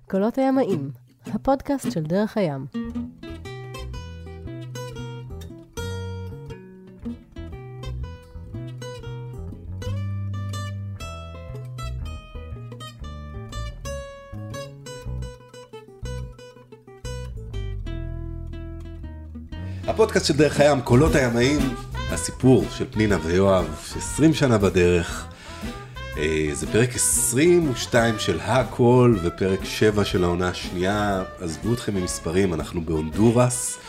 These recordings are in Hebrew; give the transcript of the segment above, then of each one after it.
קולות הימאים, הפודקאסט של דרך הים. הפודקאסט של דרך הים, קולות הימאים, הסיפור של פנינה ויואב, 20 שנה בדרך. זה פרק 22 של הכל ופרק 7 של העונה השנייה. עזבו אתכם ממספרים, אנחנו בהונדורס,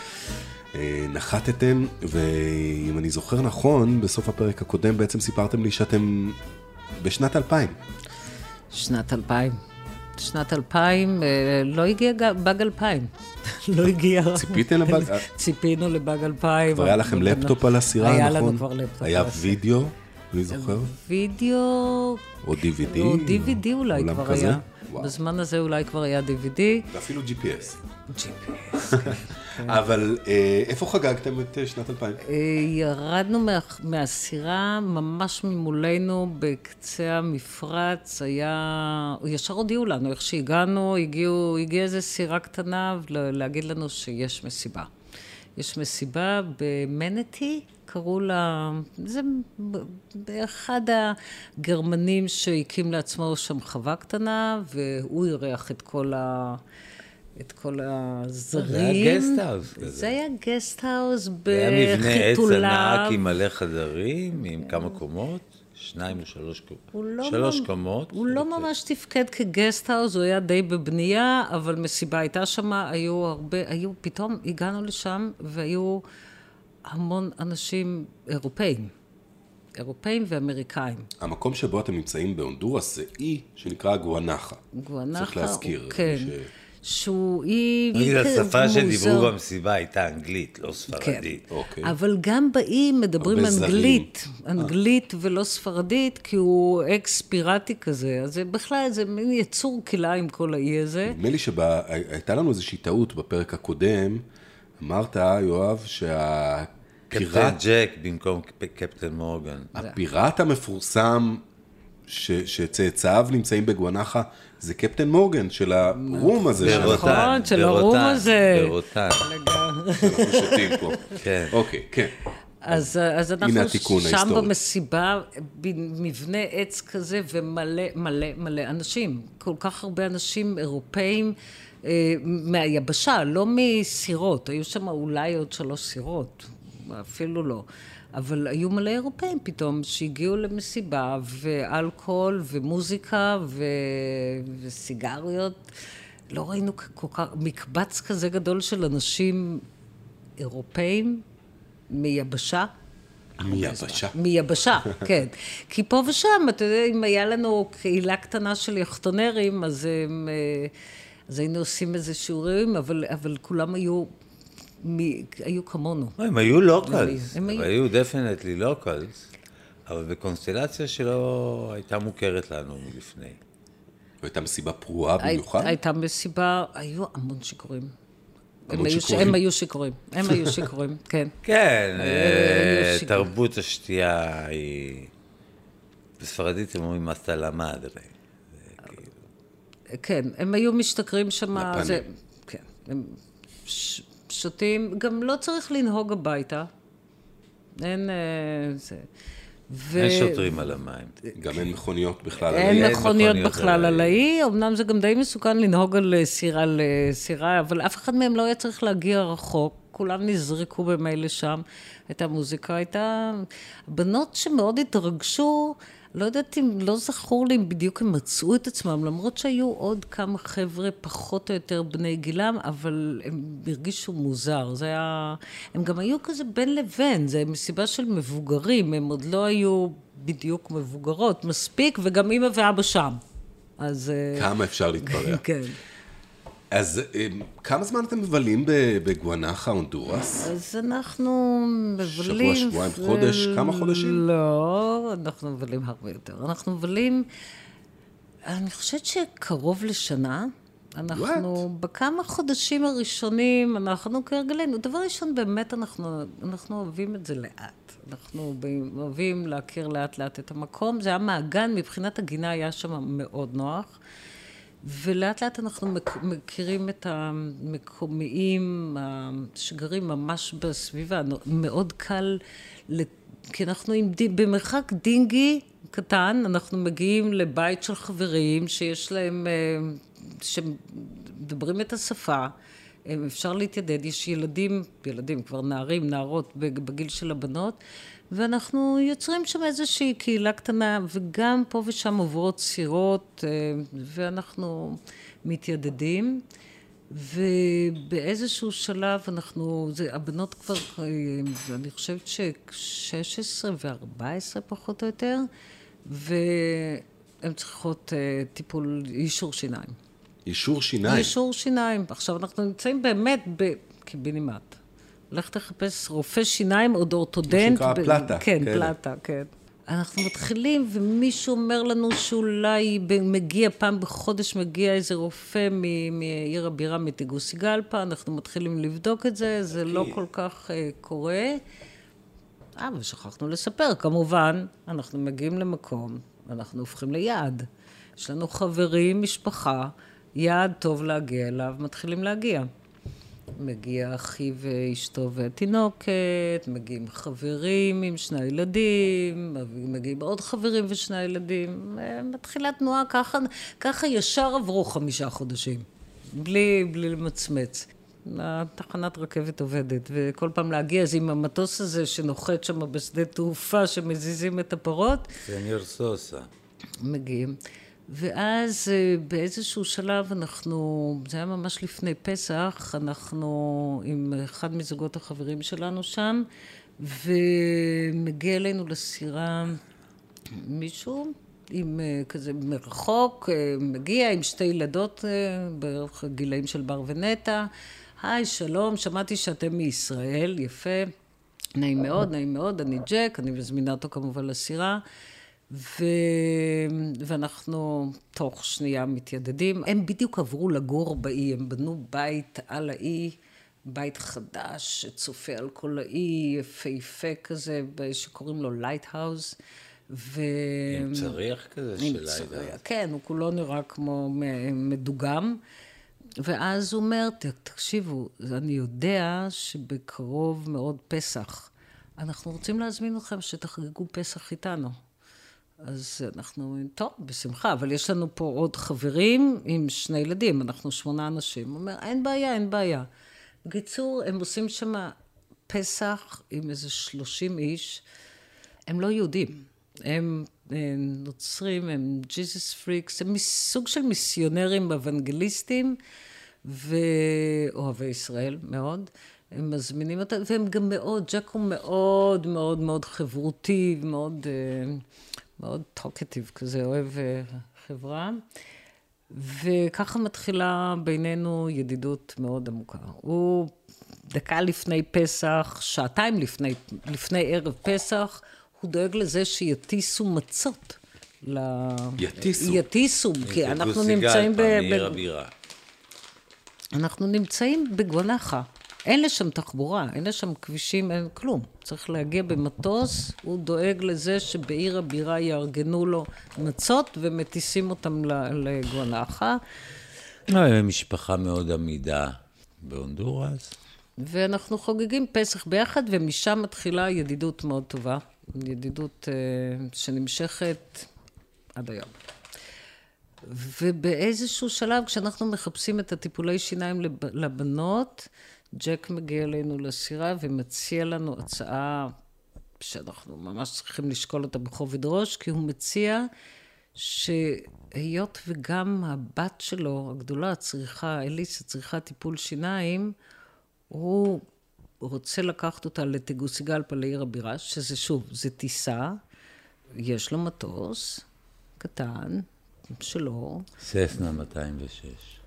נחתתם, ואם אני זוכר נכון, בסוף הפרק הקודם בעצם סיפרתם לי שאתם בשנת 2000. שנת 2000. שנת 2000, לא הגיע באג 2000. לא הגיע. ציפיתם לבאג? ציפינו לבאג 2000. כבר היה לכם לפטופ על הסירה, נכון? היה לנו כבר לפטופ. היה וידאו, אני זוכר? וידאו... או DVD? או DVD אולי כבר היה. בזמן הזה אולי כבר היה DVD. ואפילו GPS. GPS, כן. אבל איפה חגגתם את שנת 2000? ירדנו מהסירה ממש ממולנו בקצה המפרץ, ישר הודיעו לנו איך שהגענו, הגיעה איזו סירה קטנה להגיד לנו שיש מסיבה. יש מסיבה במנטי, קראו לה, זה באחד הגרמנים שהקים לעצמו שם חווה קטנה, והוא אירח את כל הזרים. זה היה גסטהאוס. זה היה גסטהאוס בחיתולה. היה מבנה עץ ענק עם מלא חדרים, עם כמה קומות, 2 או 3 קומות. 3 קומות. הוא לא ממש תפקד כגסטהאוס, הוא היה די בבנייה, אבל מסיבה הייתה שם, פתאום הגענו לשם, והיו המון אנשים אירופאים ואמריקאים. המקום שבו אתם נמצאים בהונדורס זה אי שנקרא גואנחא. גואנחא, צריך להזכיר. כן. שהוא אי... נגיד, השפה שדיברו במסיבה הייתה אנגלית, לא ספרדית. כן. אבל גם באי מדברים אנגלית ולא ספרדית, כי הוא אקס פיראטי כזה. אז בכלל זה מין יצור קהילה עם כל האי הזה. נדמה לי שהייתה לנו איזושהי טעות בפרק הקודם, אמרת, יואב, קפטן ג'ק במקום קפטן מורגן. הפיראט המפורסם שצאצאיו נמצאים בגואנחא, זה קפטן מורגן של הרום הזה. נכון, של הרום הזה. ברוטן. אנחנו שותים פה. כן. אוקיי, כן. אז אנחנו שם במסיבה, מבנה עץ כזה ומלא מלא מלא אנשים. כל כך הרבה אנשים אירופאים מהיבשה, לא מסירות. היו שם אולי עוד 3 סירות, אפילו לא. אבל היו מלא אירופאים פתאום שהגיעו למסיבה, ואלכוהול ומוזיקה וסיגריות. לא ראינו כל כך, מקבץ כזה גדול של אנשים אירופאים מיבשה. מיבשה, כן. כי פה ושם, אתה יודע, אם היה לנו קהילה קטנה של יחטונרים, אז היינו עושים איזה שיעורים, אבל כולם היו כמונו. הם היו לוקלס, הם היו דפנטלי לוקלס, אבל בקונסטלציה שלו הייתה מוכרת לנו מלפני. הייתה מסיבה פרועה במיוחד? הייתה מסיבה, היו המון שיכורים. הם היו שיכורים, כן. כן, תרבות השתייה היא, בספרדית הם אומרים מסטלה מאדרה. כן, הם היו משתכרים שם, לפנים. כן, הם שותים, גם לא צריך לנהוג הביתה, אין אין שוטרים על המים. גם אין מכוניות בכלל על האי. אין מכוניות בכלל על האי, אמנם זה גם די מסוכן לנהוג על סירה, אבל אף אחד מהם לא היה צריך להגיע רחוק, כולם נזרקו במילא שם, הייתה מוזיקה, בנות שמאוד התרגשו, לא יודעת אם, לא זכור לי אם בדיוק הם מצאו את עצמם, למרות שהיו עוד כמה חבר'ה פחות או יותר בני גילם, אבל הם הרגישו מוזר. הם גם היו כזה בין לבין, זה מסיבה של מבוגרים, הם עוד לא היו בדיוק מבוגרות, מספיק, וגם אמא ואבא שם. אז... כמה אפשר להתברר. כן. אז כמה זמן אתם מבלים בגואנחא, הונדורס? אז אנחנו מבלים... שבוע, שבועיים, חודש? כמה חודשים? לא, אנחנו מבלים הרבה יותר. אנחנו מבלים, אני חושבת שקרוב לשנה. אנחנו בכמה חודשים הראשונים, אנחנו כרגלנו. דבר ראשון, באמת אנחנו אוהבים את זה לאט. אנחנו אוהבים להכיר לאט לאט את המקום. זה היה מעגן, מבחינת הגינה היה שם מאוד נוח. ולאט לאט אנחנו מכירים את המקומיים שגרים ממש בסביבה. מאוד קל, כי אנחנו במרחק דינגי קטן, אנחנו מגיעים לבית של חברים שיש להם, שמדברים את השפה, אפשר להתיידד, יש ילדים, כבר נערים, נערות בגיל של הבנות, ואנחנו יוצרים שם איזושהי קהילה קטנה, וגם פה ושם עוברות סירות, ואנחנו מתיידדים, ובאיזשהו שלב הבנות כבר, אני חושבת ש-16 ו-14 פחות או יותר, והן צריכות טיפול, אישור שיניים. אישור שיניים? אישור שיניים. עכשיו אנחנו נמצאים באמת בקיבינימט. הולך לחפש רופא שיניים או אורתודנט. שנקרא פלטה. כן, פלטה, כן. אנחנו מתחילים ומישהו אומר לנו שאולי מגיע, פעם בחודש מגיע איזה רופא מעיר הבירה מטגוסיגלפה, אנחנו מתחילים לבדוק את זה, זה לא כל כך קורה. ושכחנו לספר, כמובן, אנחנו מגיעים למקום, אנחנו הופכים ליעד. יש לנו חברים, משפחה, יעד טוב להגיע אליו, מתחילים להגיע. מגיע אחי ואשתו והתינוקת, מגיעים חברים עם 2 ילדים, מגיעים עוד חברים ו2 ילדים, מתחילה תנועה, ככה ישר עברו 5 חודשים, בלי למצמץ. התחנת רכבת עובדת, וכל פעם להגיע אז עם המטוס הזה שנוחת שם בשדה תעופה, שמזיזים את הפרות. סניור סוסה. מגיעים. ואז באיזשהו שלב זה היה ממש לפני פסח, אנחנו עם אחד מזוגות החברים שלנו שם, ומגיע אלינו לסירה מישהו, עם כזה מרחוק, מגיע עם 2 ילדות, בערך גילאים של בר ונטע, היי, שלום, שמעתי שאתם מישראל, יפה, נעים מאוד, אני ג'ק, אני מזמינה אותו כמובן לסירה, ואנחנו תוך שנייה מתיידדים. הם בדיוק עברו לגור באי, הם בנו בית על האי, בית חדש שצופה על כל האי, יפהפה כזה, שקוראים לו לייטהאוז. עם צריח כזה של לייטהאוז. כן, הוא כולו נראה כמו מדוגם. ואז הוא אומר, תקשיבו, אני יודע שבקרוב מאוד פסח. אנחנו רוצים להזמין אתכם שתחגגו פסח איתנו. אז אנחנו אומרים, טוב, בשמחה, אבל יש לנו פה עוד חברים עם 2 ילדים, אנחנו 8 אנשים. הוא אומר, אין בעיה. בקיצור, הם עושים שם פסח עם איזה 30 איש, הם לא יהודים, הם נוצרים, הם ג'יזוס פריקס, הם סוג של מיסיונרים אוונגליסטים, ואוהבי ישראל מאוד. הם מזמינים אותם, והם גם ג'ק הוא מאוד מאוד מאוד חברותי, מאוד טוקטיב כזה, אוהב חברה. וככה מתחילה בינינו ידידות מאוד עמוקה. הוא דקה לפני פסח, 2 לפני ערב פסח, הוא דואג לזה שיטיסו מצות. יטיסו, כי אנחנו נמצאים מעיר הבירה. אנחנו נמצאים בגואנחה. אין לשם תחבורה, אין לשם כבישים, אין כלום. צריך להגיע במטוס, הוא דואג לזה שבעיר הבירה יארגנו לו מצות ומטיסים אותם לגואנחה. משפחה מאוד עמידה בהונדורס. ואנחנו חוגגים פסח ביחד, ומשם מתחילה ידידות מאוד טובה. ידידות שנמשכת עד היום. ובאיזשהו שלב, כשאנחנו מחפשים את הטיפולי שיניים לבנות, ג'ק מגיע אלינו לסירה ומציע לנו הצעה שאנחנו ממש צריכים לשקול אותה בכובד ראש, כי הוא מציע שהיות וגם הבת שלו, הגדולה, אליסה, צריכה טיפול שיניים, הוא רוצה לקחת אותה לטגוסיגלפה, לעיר הבירה, שזה שוב, זה טיסה, יש לו מטוס קטן שלו. ססנה 206.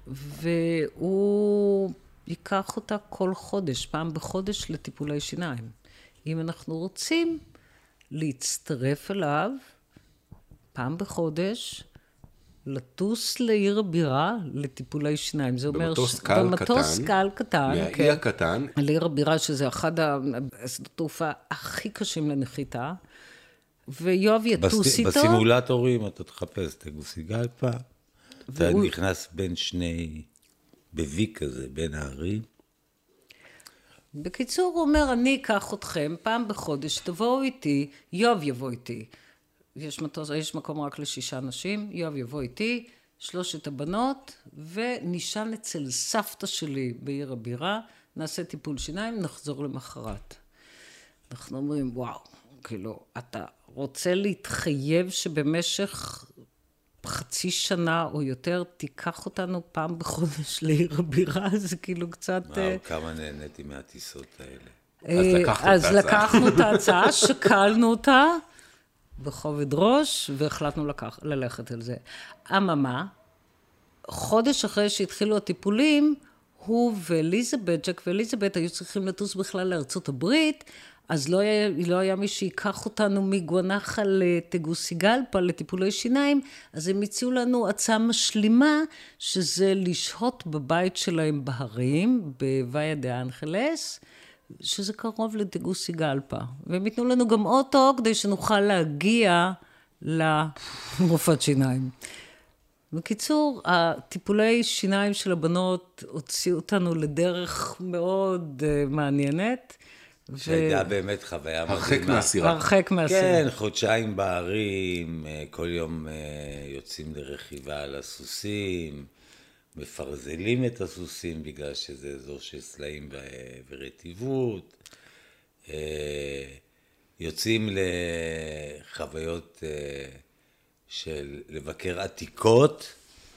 והוא ייקח אותה כל חודש, פעם בחודש לטיפולי שיניים. אם אנחנו רוצים להצטרף אליו, פעם בחודש, לטוס לעיר הבירה לטיפולי שיניים. זה אומר במטוס קל קטן. מהאי הקטן. על עיר הבירה, שזה אחד השדות התעופה הכי קשים לנחיתה. ויואב יטוס איתו. בסימולטורים אתה תחפש טגוסיגלפה. אתה נכנס בין שני, בוי כזה, בין הערים. בקיצור, הוא אומר, אני אקח אתכם פעם בחודש, תבואו איתי, יוב יבוא איתי. יש מקום רק ל6 אנשים, יוב יבוא איתי, 3 הבנות, ונשן אצל סבתא שלי בעיר הבירה, נעשה טיפול שיניים, נחזור למחרת. אנחנו אומרים, וואו, כאילו, אתה רוצה להתחייב שבמשך חצי שנה או יותר, תיקח אותנו פעם בחודש לעיר הבירה, זה כאילו קצת... כמה נהניתי מהטיסות האלה. אז לקחנו את ההצעה, שקלנו אותה בכובד ראש, והחלטנו ללכת על זה. אממה, חודש אחרי שהתחילו הטיפולים, הוא ואליזבת, ג'ק ואליזבת, היו צריכים לטוס בכלל לארצות הברית, אז לא היה מי שיקח אותנו מגואנחל לטגוסיגלפה, לטיפולי שיניים, אז הם הציעו לנו הצעה משלימה, שזה לשהות בבית שלהם בהרים, בוויה דה אנחלס, שזה קרוב לטגוסיגלפה. והם ייתנו לנו גם אוטו, כדי שנוכל להגיע לרופאת שיניים. בקיצור, הטיפולי שיניים של הבנות הוציאו אותנו לדרך מאוד מעניינת, שהייתה באמת חוויה מדהימה. הרחק מהסירה. כן, חודשיים בערים, כל יום יוצאים לרכיבה על הסוסים, מפרזלים את הסוסים בגלל שזה אזור של סלעים ורטיבות, יוצאים לחוויות של לבקר עתיקות,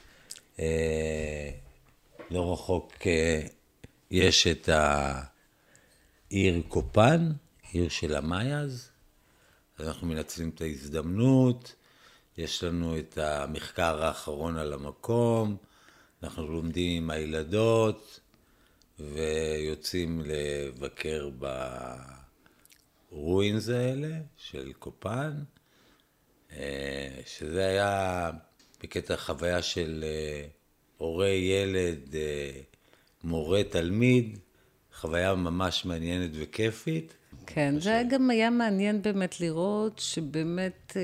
לא רחוק יש את עיר קופן, עיר של המאייז, אז אנחנו מנצלים את ההזדמנות, יש לנו את המחקר האחרון על המקום, אנחנו לומדים עם הילדות, ויוצאים לבקר ברוינס האלה של קופן, שזה היה בקטע חוויה של הורה ילד, מורה תלמיד, חוויה ממש מעניינת וכיפית. כן, זה גם היה מעניין באמת לראות שבאמת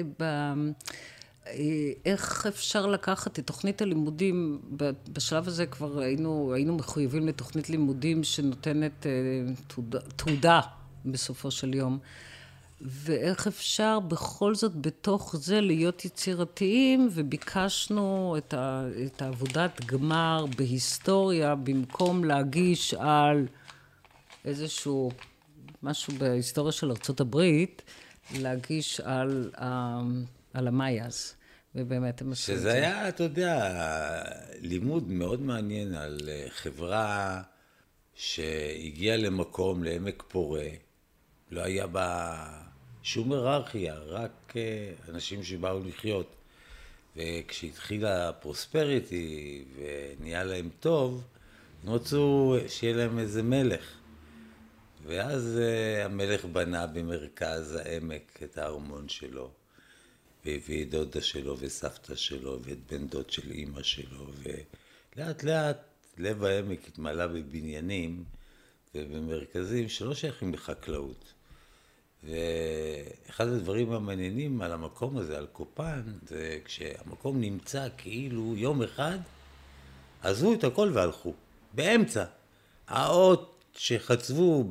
איך אפשר לקחת את תוכנית הלימודים, בשלב הזה כבר היינו מחויבים לתוכנית לימודים שנותנת תעודה בסופו של יום, ואיך אפשר בכל זאת בתוך זה להיות יצירתיים, וביקשנו את העבודת גמר בהיסטוריה, במקום להגיש על איזשהו משהו בהיסטוריה של ארצות הברית, להגיש על המאייז, ובאמת הם עשו את זה. שזה היה, אתה יודע, לימוד מאוד מעניין על חברה שהגיעה למקום, לעמק פורה, לא היה בה שום היררכיה, רק אנשים שבאו לחיות. וכשהתחילה הפרוספריטי ונהיה להם טוב, הם רצו שיהיה להם איזה מלך. ואז המלך בנה במרכז העמק את הארמון שלו, והביא את דודה שלו וסבתא שלו ואת בן דוד של אמא שלו, ולאט לאט לב העמק התמלא בבניינים ובמרכזים שלא שייכים לחקלאות. ואחד הדברים המעניינים על המקום הזה, על קופן, זה כשהמקום נמצא כאילו יום אחד, עזבו את הכל והלכו, באמצע. האות שחצבו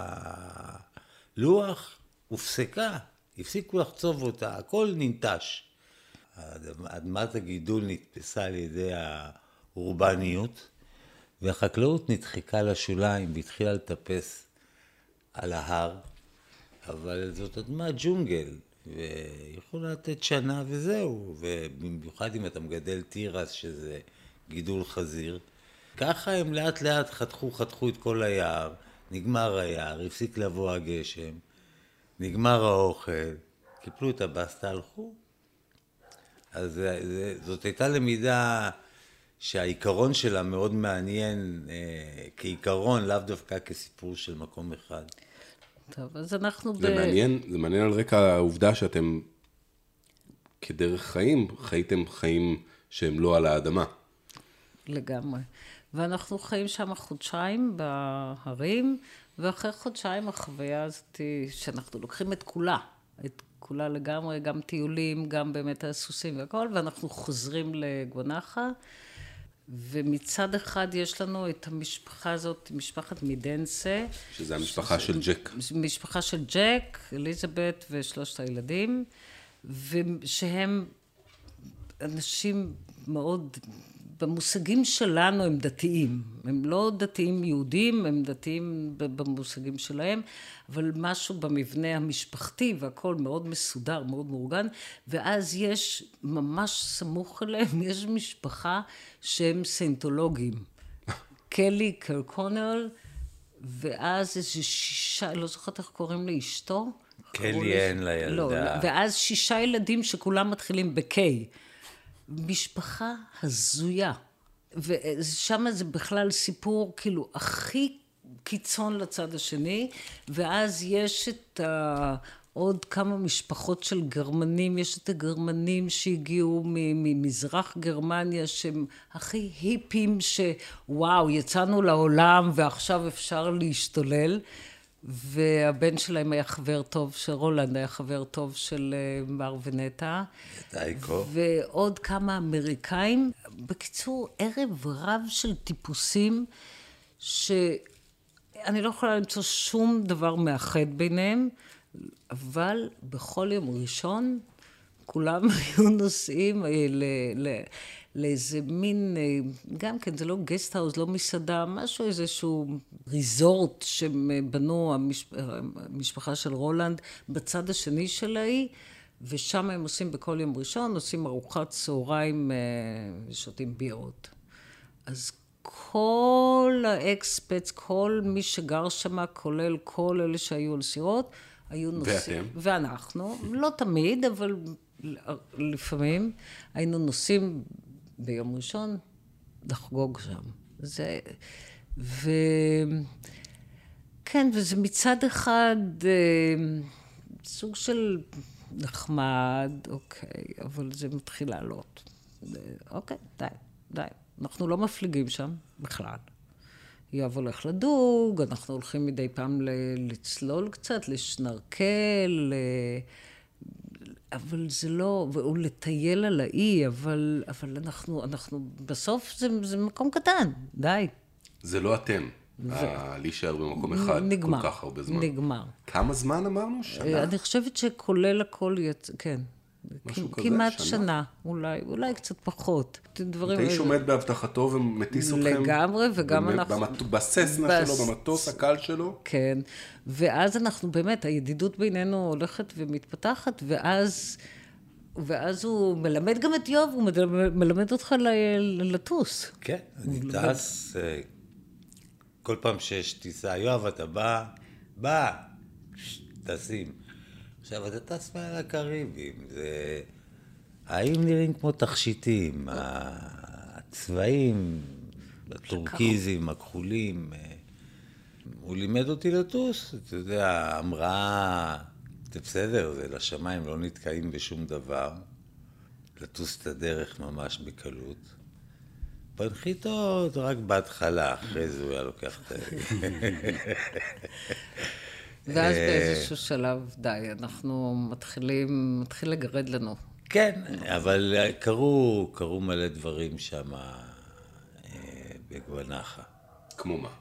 בלוח הופסקה, הפסיקו לחצוב אותה, הכל ננטש. אדמת הגידול נתפסה על ידי האורבניות, והחקלאות נדחקה לשוליים והתחילה לטפס על ההר, אבל זאת אדמת ג'ונגל, ויכולה לתת שנה וזהו, ובמיוחד אם אתה מגדל תירס שזה גידול חזיר, ככה הם לאט לאט חתכו את כל היער, נגמר היער, הפסיק לבוא הגשם, נגמר האוכל, קיפלו את הבסטה, הלכו. אז זאת הייתה למידה שהעיקרון שלה מאוד מעניין, כעיקרון, לאו דווקא כסיפור של מקום אחד. טוב, אז אנחנו זה מעניין על רקע העובדה שאתם כדרך חיים, חייתם חיים שהם לא על האדמה. לגמרי. ואנחנו חיים שם חודשיים בהרים, ואחרי חודשיים החוויה הזאת שאנחנו לוקחים את כולה, את כולה לגמרי, גם טיולים, גם באמת הסוסים והכל, ואנחנו חוזרים לגואנחה, ומצד אחד יש לנו את המשפחה הזאת, משפחת מידנסה. שזה המשפחה של ג'ק. משפחה של ג'ק, אליזבת ושלושת הילדים, ושהם אנשים מאוד, במושגים שלנו הם דתיים. הם לא דתיים יהודים, הם דתיים במושגים שלהם, אבל משהו במבנה המשפחתי והכל מאוד מסודר, מאוד מאורגן, ואז יש, ממש סמוך אליהם, יש משפחה שהם סיינטולוגים. קלי קרקונל, ואז איזה 6, לא זוכרת איך קוראים לאשתו. קלי אין לילדה. לא, ואז 6 ילדים שכולם מתחילים בקיי. משפחה הזויה. ושם זה בכלל סיפור כאילו הכי קיצון לצד השני, ואז יש את עוד כמה משפחות של גרמנים, יש את הגרמנים שהגיעו ממזרח גרמניה, שהם הכי היפים שוואו, יצאנו לעולם ועכשיו אפשר להשתולל, והבן שלהם היה חבר טוב, שרולנד היה חבר טוב של מר ונטה. דייקו. ועוד כמה אמריקאים. בקיצור, ערב רב של טיפוסים, שאני לא יכולה למצוא שום דבר מאחד ביניהם, אבל בכל יום ראשון, כולם היו נוסעים לאיזה מין, גם כן, זה לא גסט-האוס, לא מסעדה, משהו, איזשהו ריזורט שהם בנו, המשפחה של רולנד, בצד השני של האי, ושם הם עושים בכל יום ראשון, עושים ארוחת צהריים ושותים בירות. אז כל האקספטס, כל מי שגר שם, כולל כל אלה שהיו על סירות, היו נוסעים. ואתם? ואנחנו, לא תמיד, אבל לפעמים היינו נוסעים ביום ראשון לחגוג שם. כן, וזה מצד אחד סוג של נחמד, אוקיי, אבל זה מתחיל לעלות. אוקיי, די. אנחנו לא מפליגים שם בכלל. יואב הולך לדוג, אנחנו הולכים מדי פעם לצלול קצת, לשנרקל, אבל זה לא, או לטייל על האי, אבל אנחנו בסוף זה מקום קטן, די. זה לא אתם, להישאר במקום אחד כל כך הרבה זמן. נגמר. כמה זמן אמרנו? שנה? אני חושבת שכולל הכל, כן. משהו כזה, כמעט שנה, אולי קצת פחות. האיש עומד בהבטחתו ומטיס אתכם? לגמרי, וגם אנחנו... בססנה שלו, במטוס הקל שלו? כן, ואז אנחנו באמת, הידידות בינינו הולכת ומתפתחת, ואז הוא מלמד גם את יוב, הוא מלמד אותך לטוס. כן, אני טס, כל פעם שיש טיסה, יואב, אתה בא, טסים. עכשיו, אתה טס מעל הקריבים, האם נראים כמו תכשיטים, הצבעים, הטורקיזים, הכחולים. הוא לימד אותי לטוס, אתה יודע, אמרה, זה בסדר, זה לשמיים, לא נתקעים בשום דבר, לטוס את הדרך ממש בקלות. בנחיתות רק בהתחלה, אחרי זה הוא היה לוקח את ואז באיזשהו שלב, די, אנחנו מתחיל לגרד לנו. כן, אבל קרו מלא דברים שם בגואנחה. כמו מה?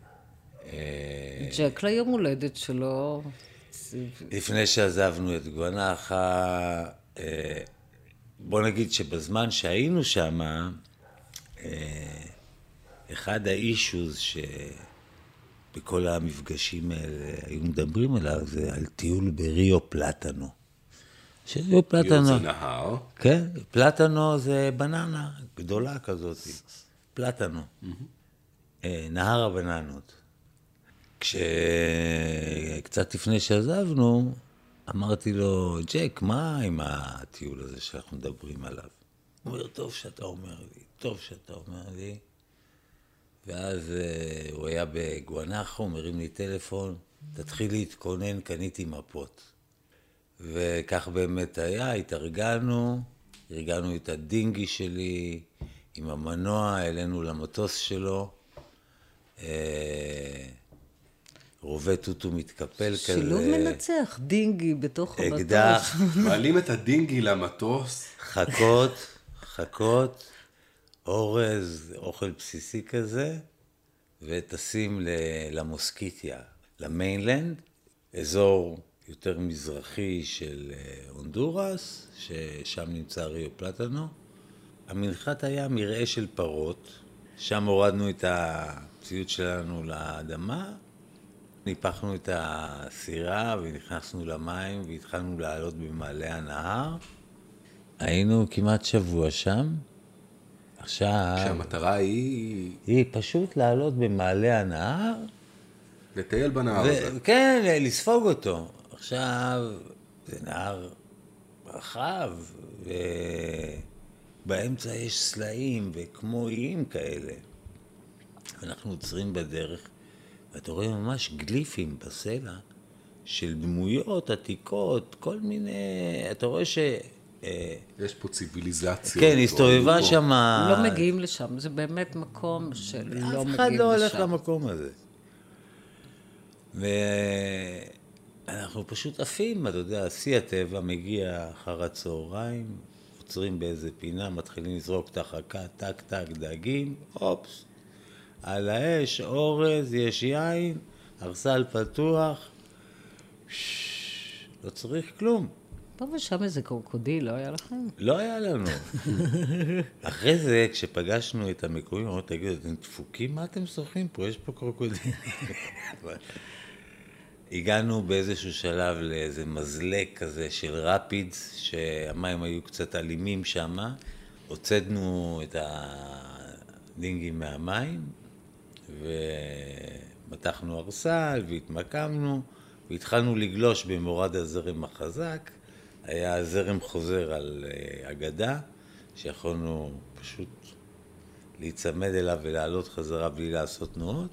ג'ק ליום הולדת שלו. לפני שעזבנו את גואנחה, בוא נגיד שבזמן שהיינו שם, אחד האישוז בכל המפגשים האלה היו מדברים עליו, זה על טיול בריו פלטנו. שריו פלטנו... זה נהר. כן, פלטנו זה בננה גדולה כזאת. פלטנו. נהר הבננות. כשקצת לפני שעזבנו, אמרתי לו, ג'ק, מה עם הטיול הזה שאנחנו מדברים עליו? הוא אומר, טוב שאתה אומר לי. ואז הוא היה בגואנחה, הוא מרים לי טלפון, תתחיל להתכונן, קניתי מפות. וכך באמת היה, ארגנו את הדינגי שלי, עם המנוע, אלינו למטוס שלו. רובה טוטו מתקפל כזה. שילוב מנצח, דינגי בתוך המטוס. אקדח. מעלים את הדינגי למטוס. חכות, אורז, אוכל בסיסי כזה, וטסים למוסקיטיה, למיינלנד, אזור יותר מזרחי של הונדורס, ששם נמצא ריו פלטנו. המנחת היה מרעה של פרות, שם הורדנו את הציוד שלנו לאדמה, ניפחנו את הסירה ונכנסנו למים והתחלנו לעלות במעלה הנהר. היינו כמעט שבוע שם. עכשיו... כשהמטרה היא פשוט לעלות במעלה הנהר. לטייל בנהר הזה. כן, לספוג אותו. עכשיו, זה נהר רחב, ובאמצע יש סלעים וכמו איים כאלה. אנחנו עוצרים בדרך, ואתה רואה ממש גליפים בסלע של דמויות עתיקות, כל מיני... אתה רואה ש... יש פה ציוויליזציה. כן, הסתובבה שם... לא מגיעים לשם, זה באמת מקום של לא מגיעים לשם. אף אחד לא הולך למקום הזה. ואנחנו פשוט עפים, אתה יודע, שיא הטבע מגיע אחר הצהריים, עוצרים באיזה פינה, מתחילים לזרוק את החכה, טק טק, דגים, אופס, על האש, אורז, יש יין, ארסל פתוח, לא צריך כלום. פה ושם איזה קרוקודיל, לא היה לכם? לא היה לנו. אחרי זה, כשפגשנו את המקומים, אמרו, תגידו, אתם דפוקים? מה אתם שוחים פה? יש פה קרוקודיל. הגענו באיזשהו שלב לאיזה מזלג כזה של רפידס, שהמים היו קצת אלימים שם. הוצדנו את הדינגים מהמים, ומתחנו ארסל, והתמקמנו, והתחלנו לגלוש במורד הזרם החזק. היה זרם חוזר על אגדה, שיכולנו פשוט להיצמד אליו ולעלות חזרה בלי לעשות תנועות.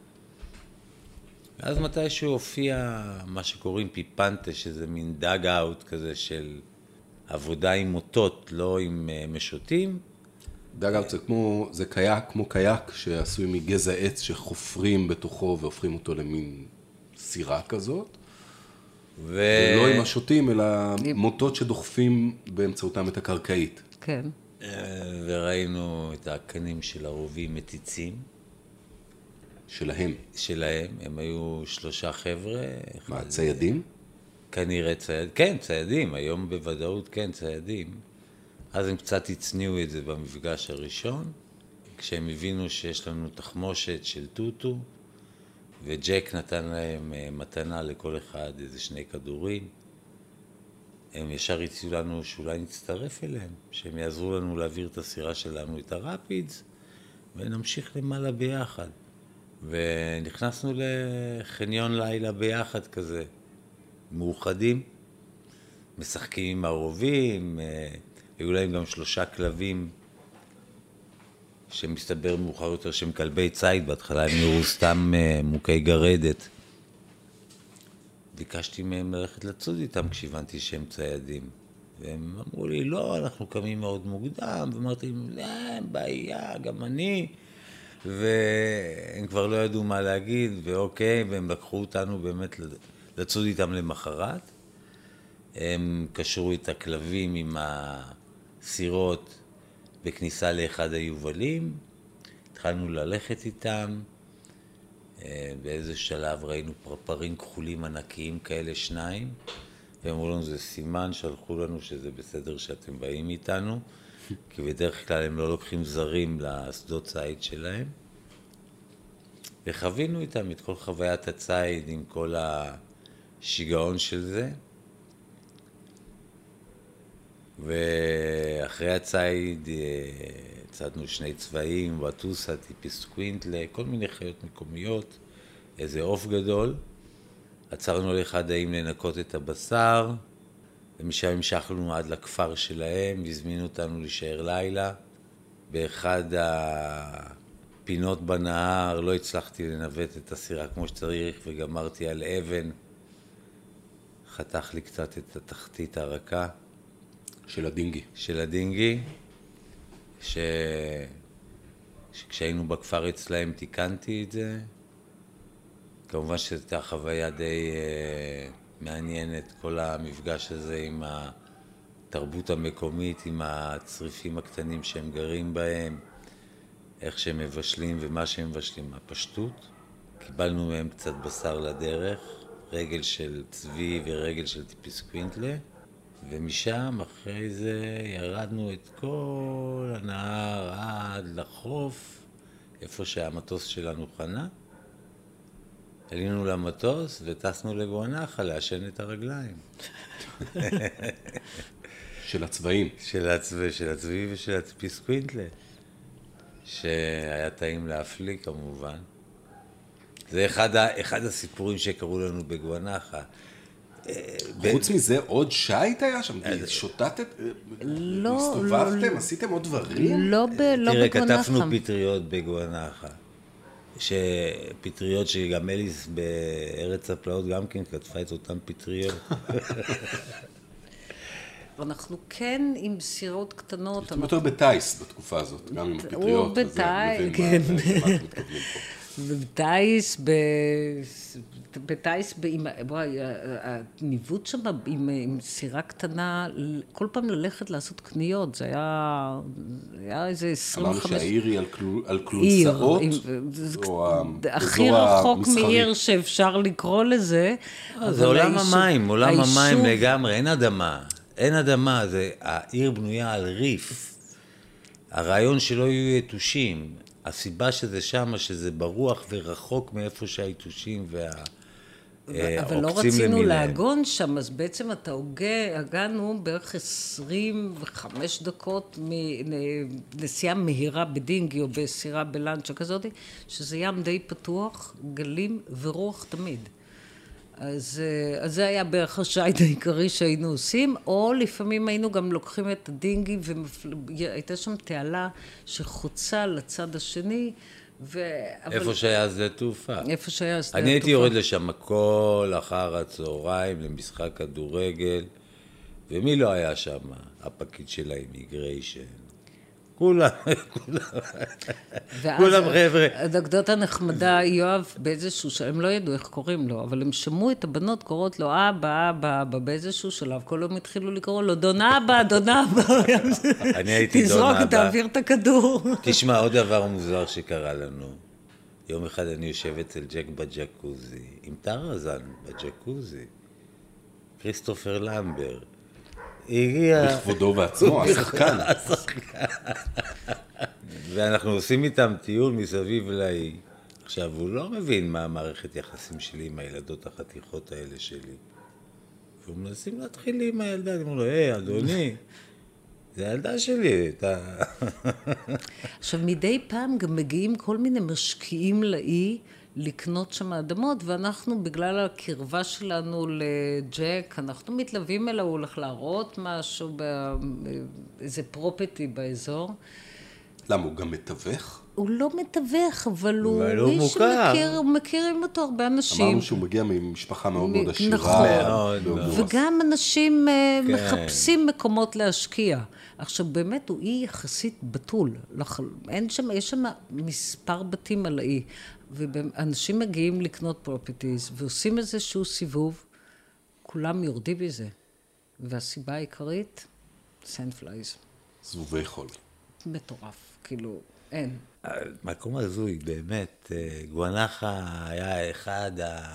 ואז מתישהו הופיע מה שקוראים פיפנטה, שזה מין דאג אאוט כזה של עבודה עם מוטות, לא עם משוטים. דאג אאוט זה קייק, כמו קייק שעשוי מגזע עץ שחופרים בתוכו והופכים אותו למין סירה כזאת. ולא עם השוטים, אלא מוטות שדוחפים באמצעותם את הקרקעית. כן. וראינו את הקנים של הרובים מטיצים. שלהם? שלהם, הם היו 3 חבר'ה. מה, ציידים? כנראה ציידים, כן, ציידים, היום בוודאות כן, ציידים. אז הם קצת הצניעו את זה במפגש הראשון, כשהם הבינו שיש לנו תחמושת של טוטו, וג'ק נתן להם מתנה לכל אחד, איזה 2 כדורים. הם ישר הציעו לנו שאולי נצטרף אליהם, שהם יעזרו לנו להעביר את הסירה שלנו, את הרפידס, ונמשיך למעלה ביחד. ונכנסנו לחניון לילה ביחד כזה, מאוחדים, משחקים עם הרובים, היו להם גם 3 כלבים, שמסתבר מאוחר יותר שהם כלבי ציד, בהתחלה הם נראו סתם מוכי גרדת. ביקשתי מהם ללכת לצוד איתם כשהבנתי שהם ציידים. והם אמרו לי, לא, אנחנו קמים מאוד מוקדם, ואמרתי להם, לא, בעיה, גם אני. והם כבר לא ידעו מה להגיד, ואוקיי, והם לקחו אותנו באמת לצוד איתם למחרת. הם קשרו את הכלבים עם הסירות, בכניסה לאחד היובלים, התחלנו ללכת איתם, באיזה שלב ראינו פרפרים כחולים ענקיים כאלה 2, והם אמרו לנו, זה סימן שהלכו לנו שזה בסדר שאתם באים איתנו, כי בדרך כלל הם לא לוקחים זרים לשדות ציד שלהם. וחווינו איתם את כל חוויית הציד עם כל השיגעון של זה. ואחרי הציד צדנו 2 צבעים, וטוסה, טיפיסקווינטלה, כל מיני חיות מקומיות, איזה עוף גדול. עצרנו לאחד האם לנקות את הבשר, ומשם המשכנו עד לכפר שלהם, והזמינו אותנו להישאר לילה. באחד הפינות בנהר לא הצלחתי לנווט את הסירה כמו שצריך, וגמרתי על אבן, חתך לי קצת את התחתית הרכה. של הדינגי. של הדינגי, שכשהיינו בכפר אצלהם תיקנתי את זה, כמובן שהייתה חוויה די מעניינת, כל המפגש הזה עם התרבות המקומית, עם הצריפים הקטנים שהם גרים בהם, איך שהם מבשלים ומה שהם מבשלים, הפשטות. קיבלנו מהם קצת בשר לדרך, רגל של צבי ורגל של טיפיס קווינטלה, ומשם אחרי זה ירדנו את כל הנהר עד לחוף, איפה שהמטוס שלנו חנה. עלינו למטוס וטסנו לגואנחה לעשן את הרגליים. של הצבעים. של הצבי ושל הטיפיס קווינטלה, שהיה טעים להפליא כמובן. זה אחד הסיפורים שקראו לנו בגואנחה. חוץ מזה, עוד שייט היה שם? שוטטת? הסתובבתם? עשיתם עוד דברים? לא תראה, בגואנחה. כתבנו פטריות בגואנחה. פטריות שגם אליס בארץ הפלאות גם כן כתבה את אותן פטריות. אנחנו כן עם סירות קטנות. זאת אומרת, יותר בטייס בתקופה הזאת, גם עם הפטריות. הוא בטייס, כן. בטייס, הניווט שם עם סירה קטנה, כל פעם ללכת לעשות קניות, זה היה איזה 25... אמרנו שהעיר היא על כלונסאות, או הכי רחוק מעיר שאפשר לקרוא לזה. זה עולם המים, עולם המים לגמרי, אין אדמה, העיר בנויה על ריף. הרעיון שלא יהיו יתושים, הסיבה שזה שם, שזה ברוח ורחוק מאיפה שהיתושים והעוקצים אבל לא רצינו להגון שם, אז בעצם אתה הגענו בערך 25 דקות מנסיעה מהירה בדינגי או בסירה בלנצ'ה כזאת, שזה ים די פתוח, גלים ורוח תמיד. אז זה היה בערך השייט העיקרי שהיינו עושים, או לפעמים היינו גם לוקחים את הדינגי, והייתה שם תעלה שחוצה לצד השני, איפה שהיה שדה תעופה. איפה שהיה שדה תעופה. אני הייתי יורד לשם כל אחר הצהריים למשחק כדורגל, ומי לא היה שם? הפקיד של האימיגריישן. כולם חבר'ה. אנקדוטה נחמדה, יואב באיזשהו שלב, הם לא ידעו איך קוראים לו, אבל הם שמעו את הבנות קוראות לו אבא, באיזשהו שלב, כל יום התחילו לקרוא לו דון אבא. אני הייתי דון תזרוק, אבא. תעביר את הכדור. תשמע, עוד דבר מוזר שקרה לנו. יום אחד אני יושב אצל ג'ק בג'קוזי, עם טרזן בג'קוזי, כריסטופר למבר. הגיע... בכבודו בעצמו, השחקן. ואנחנו עושים איתם טיול מסביב לאי. עכשיו, הוא לא מבין מה המערכת יחסים שלי עם הילדות החתיכות האלה שלי. והוא מנסים להתחיל עם הילדה, אני אומר לו, אדוני, זה הילדה שלי, אתה... עכשיו, מדי פעם גם מגיעים כל מיני משקיעים לאי, לקנות שם אדמות, ואנחנו, בגלל הקרבה שלנו לג'ק, אנחנו מתלווים אליו, הוא הולך להראות משהו, איזה פרופטי באזור. למה, הוא גם מתווך? הוא לא מתווך, אבל הוא איש שמכיר, מכירים אותו הרבה אנשים. אמרנו שהוא מגיע ממשפחה מאוד מאוד עשירה. נכון, וגם אנשים מחפשים מקומות להשקיע. עכשיו, באמת הוא אי יחסית בטול. יש שם מספר בתים על האי. ואנשים מגיעים לקנות פרופטיז, ועושים איזשהו סיבוב, כולם יורדים בזה. והסיבה העיקרית, סנדפלייז. זבובי חול. מטורף, כאילו, אין. מקום הזוי, באמת, גואנחה היה אחד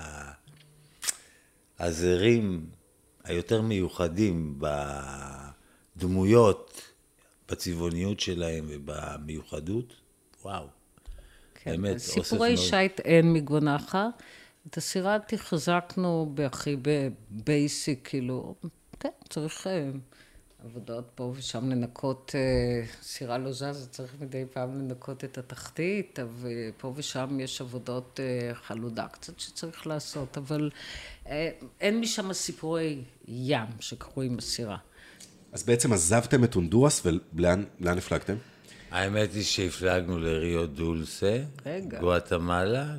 הזרים היותר מיוחדים בדמויות, בצבעוניות שלהם ובמיוחדות. וואו. כן, סיפורי שייט אין מגואנחה. את הסירה תחזקנו בהכי בבייסיק, כאילו, כן, צריך עבודות פה ושם לנקות, סירה לא זזה, צריך מדי פעם לנקות את התחתית, ופה ושם יש עבודות חלודה קצת שצריך לעשות, אבל אין משם סיפורי ים שקרו עם הסירה. אז בעצם עזבתם את הונדורס, ולאן הפלגתם? האמת היא שהפלגנו לריו דולסה, גואטמלה,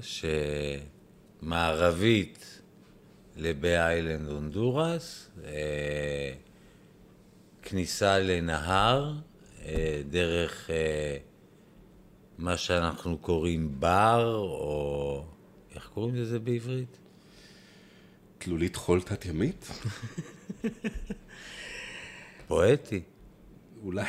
שמערבית לביי איילנד הונדורס, כניסה לנהר, דרך מה שאנחנו קוראים בר, או איך קוראים לזה בעברית? תלולית חול תת ימית? פואטי. אולי.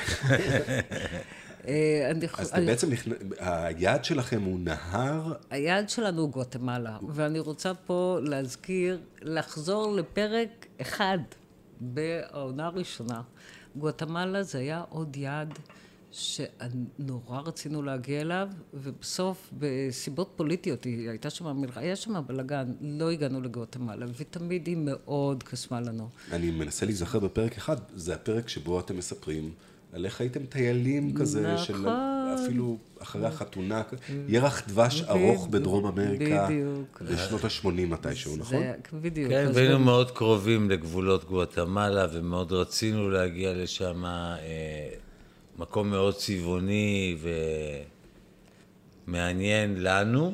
אז בעצם היעד שלכם הוא נהר? היעד שלנו הוא גואטמלה, ואני רוצה פה להזכיר, לחזור לפרק אחד בעונה הראשונה. גואטמלה זה היה עוד יעד שנורא רצינו להגיע אליו, ובסוף בסיבות פוליטיות, היה שם בלגן, לא הגענו לגואטמלה, ותמיד היא מאוד קסמה לנו. אני מנסה להיזכר בפרק אחד, זה הפרק שבו אתם מספרים על איך הייתם טיילים כזה, נכון. של אפילו אחרי החתונה, ירח דבש ארוך בדרום אמריקה, בדיוק. בשנות ה-80 מתישהו, נכון? זה בדיוק. כן, והיינו מאוד קרובים לגבולות גואטמלה, ומאוד רצינו להגיע לשם, מקום מאוד צבעוני ומעניין לנו,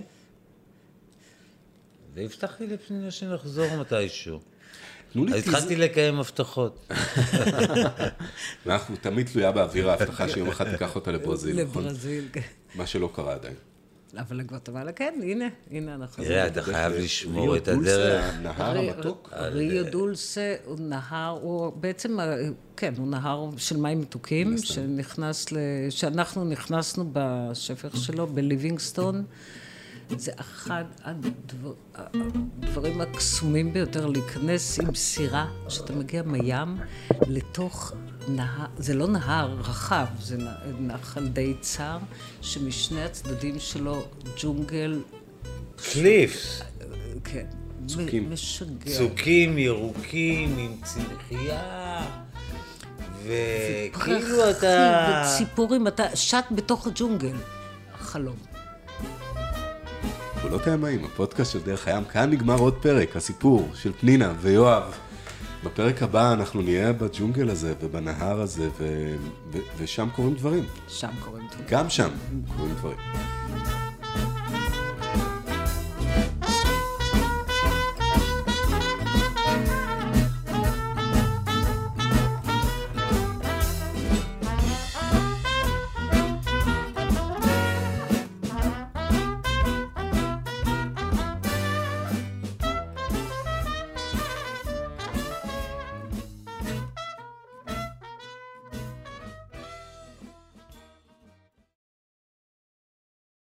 והבטחתי לפנינה שנחזור מתישהו. אז התחלתי לקיים הבטחות. ואנחנו תמיד תלויה באוויר ההבטחה שיום אחד תיקח אותה לברזיל, נכון? לברזיל, כן. מה שלא קרה עדיין. אבל לגואטמלה, כן, הנה אנחנו... תראה, אתה חייב לשמור את הדרך. הנהר המתוק? ריו דולסה הוא נהר, הוא בעצם, כן, הוא נהר של מים מתוקים, שאנחנו נכנסנו בשפך שלו, בליבינגסטון. זה אחד הדברים הקסומים ביותר, להיכנס עם סירה, שאתה מגיע מים לתוך נהר, זה לא נהר רחב, זה נחל די צר, שמשני הצדדים שלו ג'ונגל... קליפס. כן. צוקים. משגע. צוקים ירוקים עם צמחייה, וכאילו אתה... וציפורים, אתה שט בתוך הג'ונגל. החלום. גבולות הימאים, הפודקאסט של דרך הים, כאן נגמר עוד פרק, הסיפור של פנינה ויואב. בפרק הבא אנחנו נהיה בג'ונגל הזה ובנהר הזה, ושם קורים דברים. שם קורים דברים. גם שם קורים דברים.